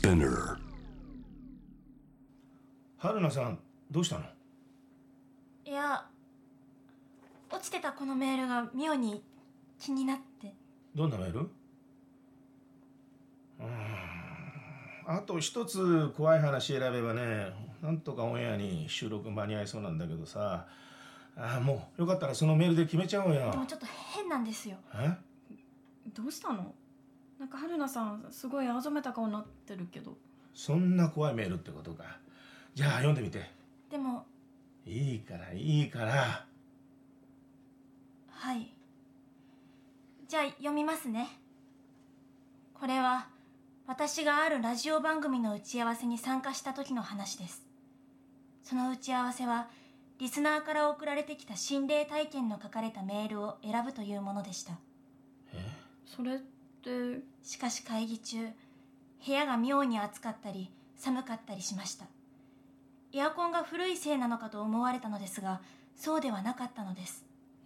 Spinner. 春菜さん、どうしたの？ いや、落ちてたこのメールが妙に気になって。 どんなメール？あと一つ怖い話選べばね、なんとかオンエアに収録間に合いそうなんだけどさ。もうよかったらそのメールで決めちゃおうよ。 でもちょっと変なんですよ。 どうしたの？なんか春菜さんすごい青ざめた顔になってるけど。 そんな怖いメールってことか。じゃあ読んでみて。 でもいいから。 はい、じゃあ読みますね。これは私があるラジオ番組の打ち合わせに参加した時の話です。その打ち合わせはリスナーから送られてきた心霊体験の書かれたメールを選ぶというものでした。 それってしかし会議中、部屋が妙に暑かったり寒かったりしました。エアコンが古いせいなのかと思われたのですが、そうではなかったのです。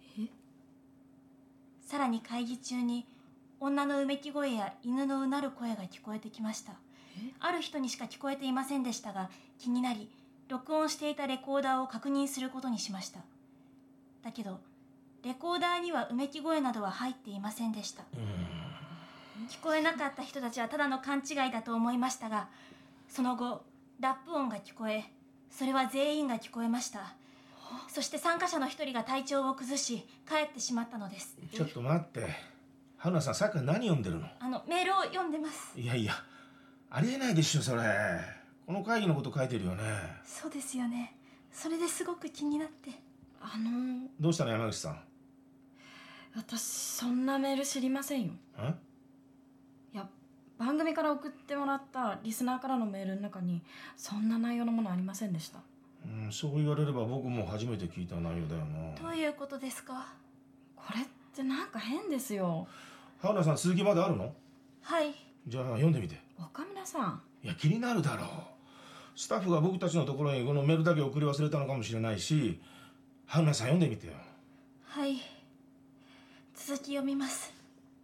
さらに会議中に女のうめき声や犬のうなる声が聞こえてきました。ある人にしか聞こえていませんでしたが、気になり録音していたレコーダーを確認することにしました。だけどレコーダーにはうめき声などは入っていませんでした。聞こえなかった人たちはただの勘違いだと思いましたが、その後ラップ音が聞こえ、それは全員が聞こえました。そして参加者の一人が体調を崩し帰ってしまったのです。 ちょっと待って、春菜さん、さっきから何読んでるの？ メールを読んでます。 いやありえないでしょそれ。この会議のこと書いてるよね。 そうですよね。それですごく気になって。 どうしたの山口さん？ 私そんなメール知りませんよ。いや、番組から送ってもらったリスナーからのメールの中にそんな内容のものありませんでした。 そう言われれば僕も初めて聞いた内容だよな。 どういうことですか？ これってなんか変ですよ。 春菜さん、続きまであるの？ はい。 じゃあ読んでみて。 岡村さん。 いや、気になるだろう。スタッフが僕たちのところにこのメールだけ送り忘れたのかもしれないし、春菜さん読んでみてよ。 はい、続き読みます。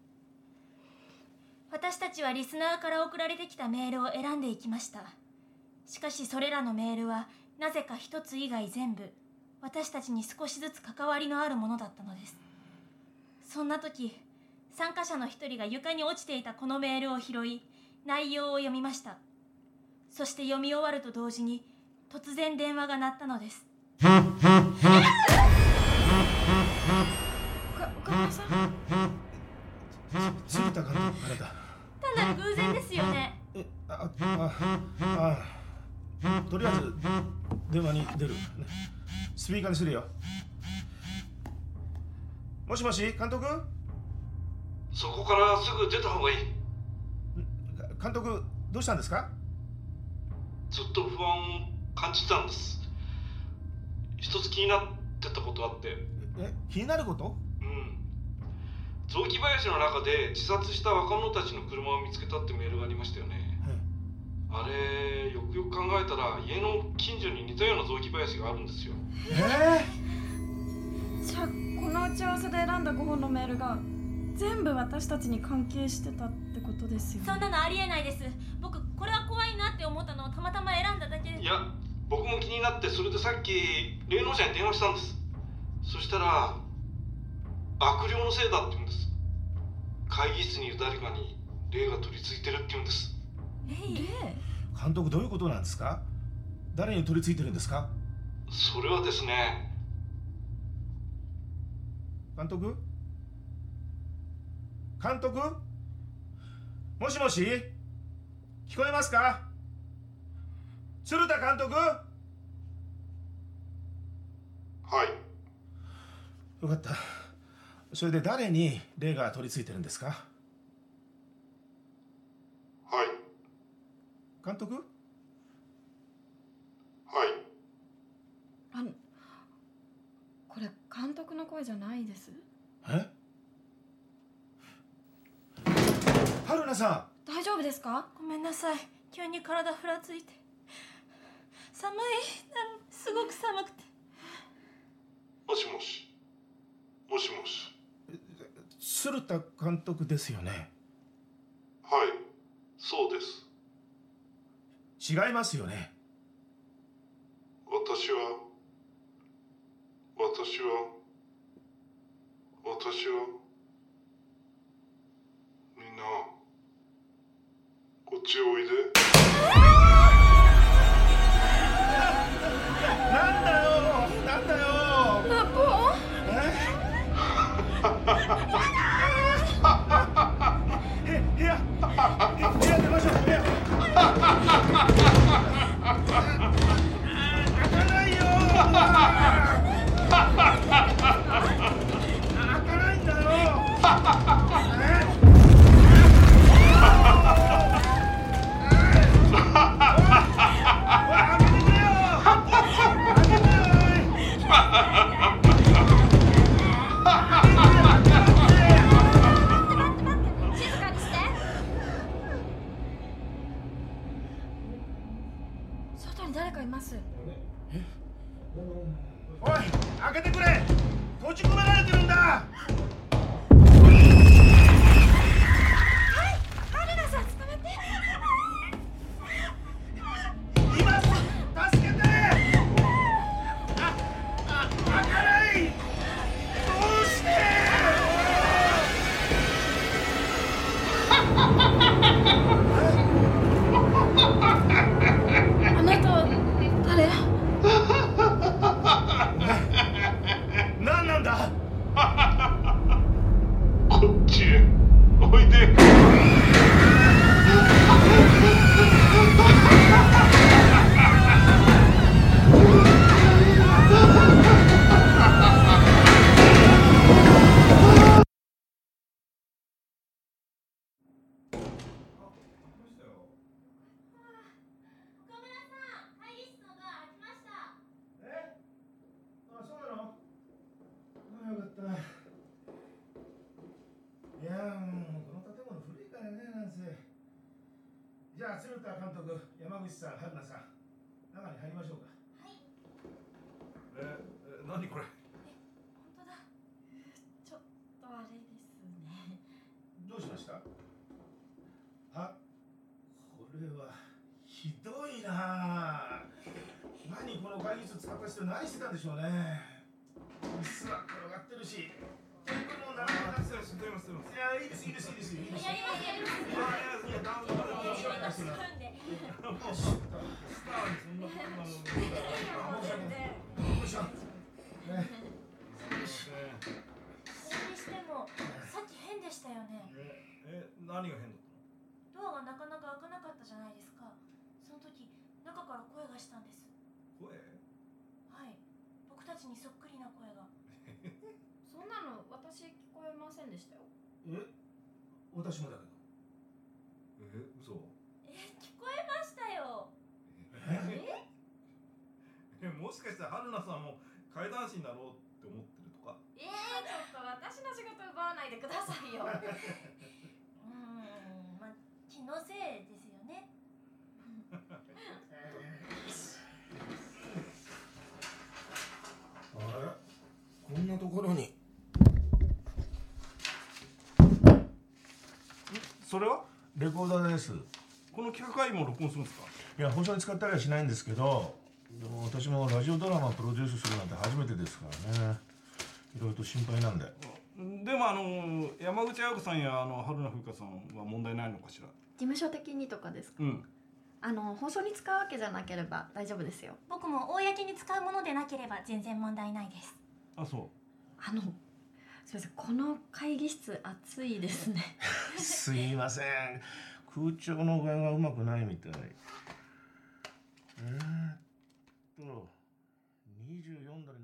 私たちはリスナーから送られてきたメールを選んでいきました。しかしそれらのメールはなぜか一つ以外全部私たちに少しずつ関わりのあるものだったのです。そんな時、参加者の一人が床に落ちていたこのメールを拾い、内容を読みました。そして読み終わると同時に突然電話が鳴ったのです。 岡村さん。 鶴田監督からだ。 単なる偶然ですよね。 とりあえず電話に出る。スピーカーにするよ。もしもし、監督？ そこからすぐ出た方がいい。 監督、どうしたんですか？ ずっと不安を感じてたんです。一つ気になってたことあって。 気になること？ 雑木林の中で自殺した若者たちの車を見つけたってメールがありましたよね。あれ、よくよく考えたら家の近所に似たような雑木林があるんですよ。 じゃあこの打ち合わせで選んだ5本のメールが全部私たちに関係してたってことですよね。 そんなのありえないです。僕これは怖いなって思ったのをたまたま選んだだけで。 いや、僕も気になって、それでさっき霊能者に電話したんです。そしたら悪霊のせいだって言うんです。会議室にいる誰かに霊が取り付いてるって言うんです。 霊？ 監督、どういうことなんですか？誰に取り付いてるんですか？ それはですね。 監督？監督？もしもし？聞こえますか？鶴田監督？ はい。 よかった。それで誰に霊が取り付いてるんですか？ はい。 監督？ はい。 これ監督の声じゃないです。 春菜さん、大丈夫ですか？ ごめんなさい、急に体ふらついて。寒い、すごく寒くて。 もしもし。もしもし。 鶴田監督ですよね？ はい、そうです。 違いますよね。 私はみんなこっちへおいで。 なんだよ。 ナポン。 部屋出ましょう。部屋開かないよ。開かないんだよ。 外に誰かいます。 おい、開けてくれ。閉じ込められてるんだ。 春菜さん、捕まって。 います。助けて。開かない。どうして。 あなたは誰？ 何なんだ。 こっちへおいで。 よかった。いやもうこの建物古いからね、なんせ。じゃあ鶴田監督、山口さん、春菜さん、中に入りましょうか。 はい。 何これ。 本当だ。 ちょっとあれですね。 どうしました。あ、これはひどいな。何この会議室使った人、何してたんでしょうね。椅子は転がってるし、テーブルも並んでなくて。いや、いいです。 やります。それにしても、さっき変でしたよね。 何が変だったの。 ドアがなかなか開かなかったじゃないですか。その時、中から声がしたんです。 声。 はい。僕たちにそっくりな声が。 そんなの私聞こえませんでしたよ。 私もだけど。 嘘。 聞こえましたよ。 もしかして春菜さんも怪談師になろうって思ってるとか。 ちょっと私の仕事奪わないでくださいよ。 まあ、気のせいですよね。 あれ、こんなところに。 それはレコーダーです。 この企画会議も録音するんですか。 いや、放送に使ったりはしないんですけど、でも私もラジオドラマプロデュースするなんて初めてですからね。いろいろと心配なんで。 でも山口彩子さんや春菜風花さんは問題ないのかしら。 事務所的にとかですか。放送に使うわけじゃなければ大丈夫ですよ。 僕も公に使うものでなければ全然問題ないです。 あ、そう。 すみません、この会議室暑いですね。 すいません、空調の具合がうまくないみたい。24度に